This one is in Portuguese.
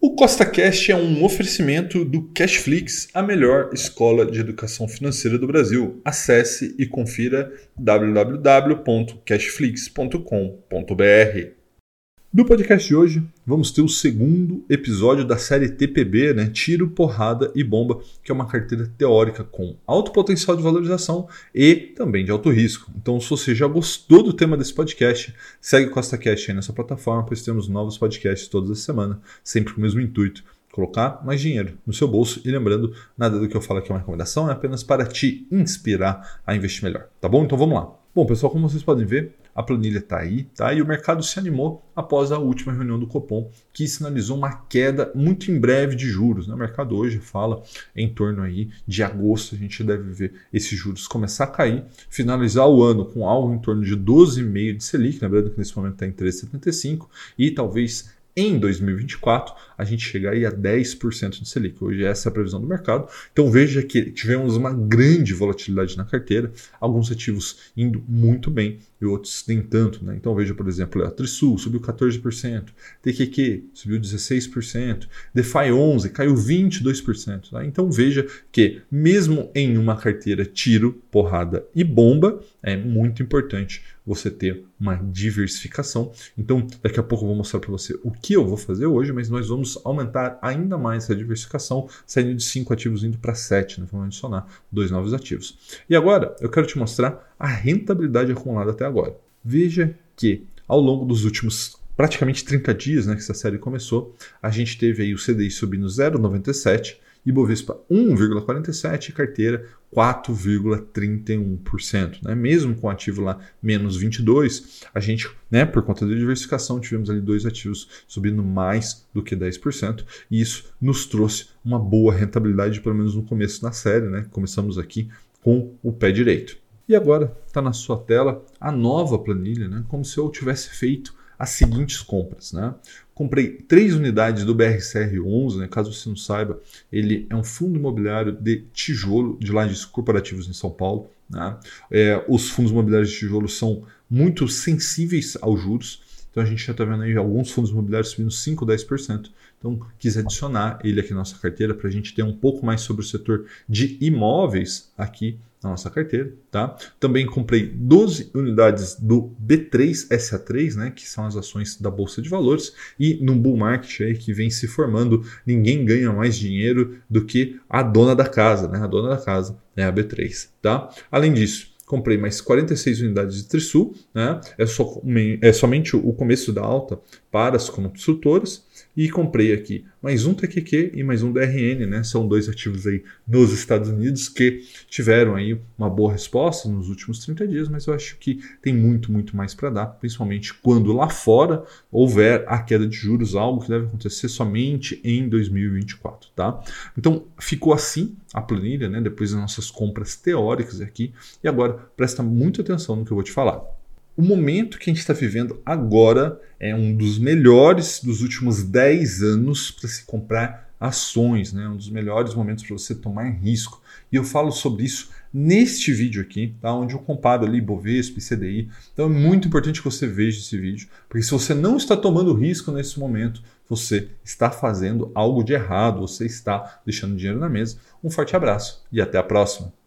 O CostaCast é um oferecimento do Cashflix, a melhor escola de educação financeira do Brasil. Acesse e confira www.cashflix.com.br. No podcast de hoje, vamos ter o segundo episódio da série TPB, Tiro, Porrada e Bomba, que é uma carteira teórica com alto potencial de valorização e também de alto risco. Então, se você já gostou do tema desse podcast, segue o CostaCast aí nessa plataforma, pois temos novos podcasts todas as semanas, sempre com o mesmo intuito: colocar mais dinheiro no seu bolso. E lembrando, nada do que eu falo aqui é uma recomendação, é apenas para te inspirar a investir melhor, tá bom? Então vamos lá. Bom, pessoal, como vocês podem ver, a planilha está aí, tá? E o mercado se animou após a última reunião do Copom, que sinalizou uma queda muito em breve de juros, O mercado hoje fala em torno aí de agosto, a gente deve ver esses juros começar a cair, finalizar o ano com algo em torno de 12,5% de Selic, lembrando que nesse momento está em 3,75%, e talvez em 2024, a gente chegar aí a 10% de Selic. Hoje essa é a previsão do mercado. Então veja que tivemos uma grande volatilidade na carteira, alguns ativos indo muito bem e outros nem tanto. Então veja, por exemplo, a Trisul subiu 14%, TQQ subiu 16%, DeFi 11% caiu 22%. Então veja que mesmo em uma carteira tiro, porrada e bomba, é muito importante você ter uma diversificação. Então daqui a pouco eu vou mostrar para você o que eu vou fazer hoje, mas nós vamos aumentar ainda mais essa diversificação, saindo de 5 ativos indo para 7, vamos adicionar 2 novos ativos. E agora eu quero te mostrar a rentabilidade acumulada até agora. Veja que ao longo dos últimos praticamente 30 dias, que essa série começou, a gente teve aí o CDI subindo 0,97%, Ibovespa 1,47% e carteira 4,31%. Mesmo com o ativo lá menos 22%, a gente, por conta da diversificação, tivemos ali 2 ativos subindo mais do que 10%, e isso nos trouxe uma boa rentabilidade, pelo menos no começo da série. Começamos aqui com o pé direito. E agora está na sua tela a nova planilha, como se eu tivesse feito as seguintes compras. Comprei 3 unidades do BRCR11, caso você não saiba, ele é um fundo imobiliário de tijolo de lajes corporativos em São Paulo. Os fundos imobiliários de tijolo são muito sensíveis aos juros, então a gente já está vendo aí alguns fundos imobiliários subindo 5%, 10%. Então quis adicionar ele aqui na nossa carteira para a gente ter um pouco mais sobre o setor de imóveis aqui na nossa carteira. Também comprei 12 unidades do B3SA3, que são as ações da Bolsa de Valores, e no bull market aí que vem se formando, ninguém ganha mais dinheiro do que a dona da casa. A dona da casa é a B3. Além disso, comprei mais 46 unidades de Trisul, é somente o começo da alta para as construtoras, e comprei aqui mais um TQQ e mais um DRN, São 2 ativos aí nos Estados Unidos que tiveram aí uma boa resposta nos últimos 30 dias, mas eu acho que tem muito, muito mais para dar, principalmente quando lá fora houver a queda de juros, algo que deve acontecer somente em 2024, Então ficou assim a planilha, depois das nossas compras teóricas aqui, e agora presta muita atenção no que eu vou te falar. O momento que a gente está vivendo agora é um dos melhores dos últimos 10 anos para se comprar ações, um dos melhores momentos para você tomar risco. E eu falo sobre isso neste vídeo aqui, onde eu comparo ali Bovespa e CDI. Então é muito importante que você veja esse vídeo, porque se você não está tomando risco nesse momento, você está fazendo algo de errado, você está deixando dinheiro na mesa. Um forte abraço e até a próxima.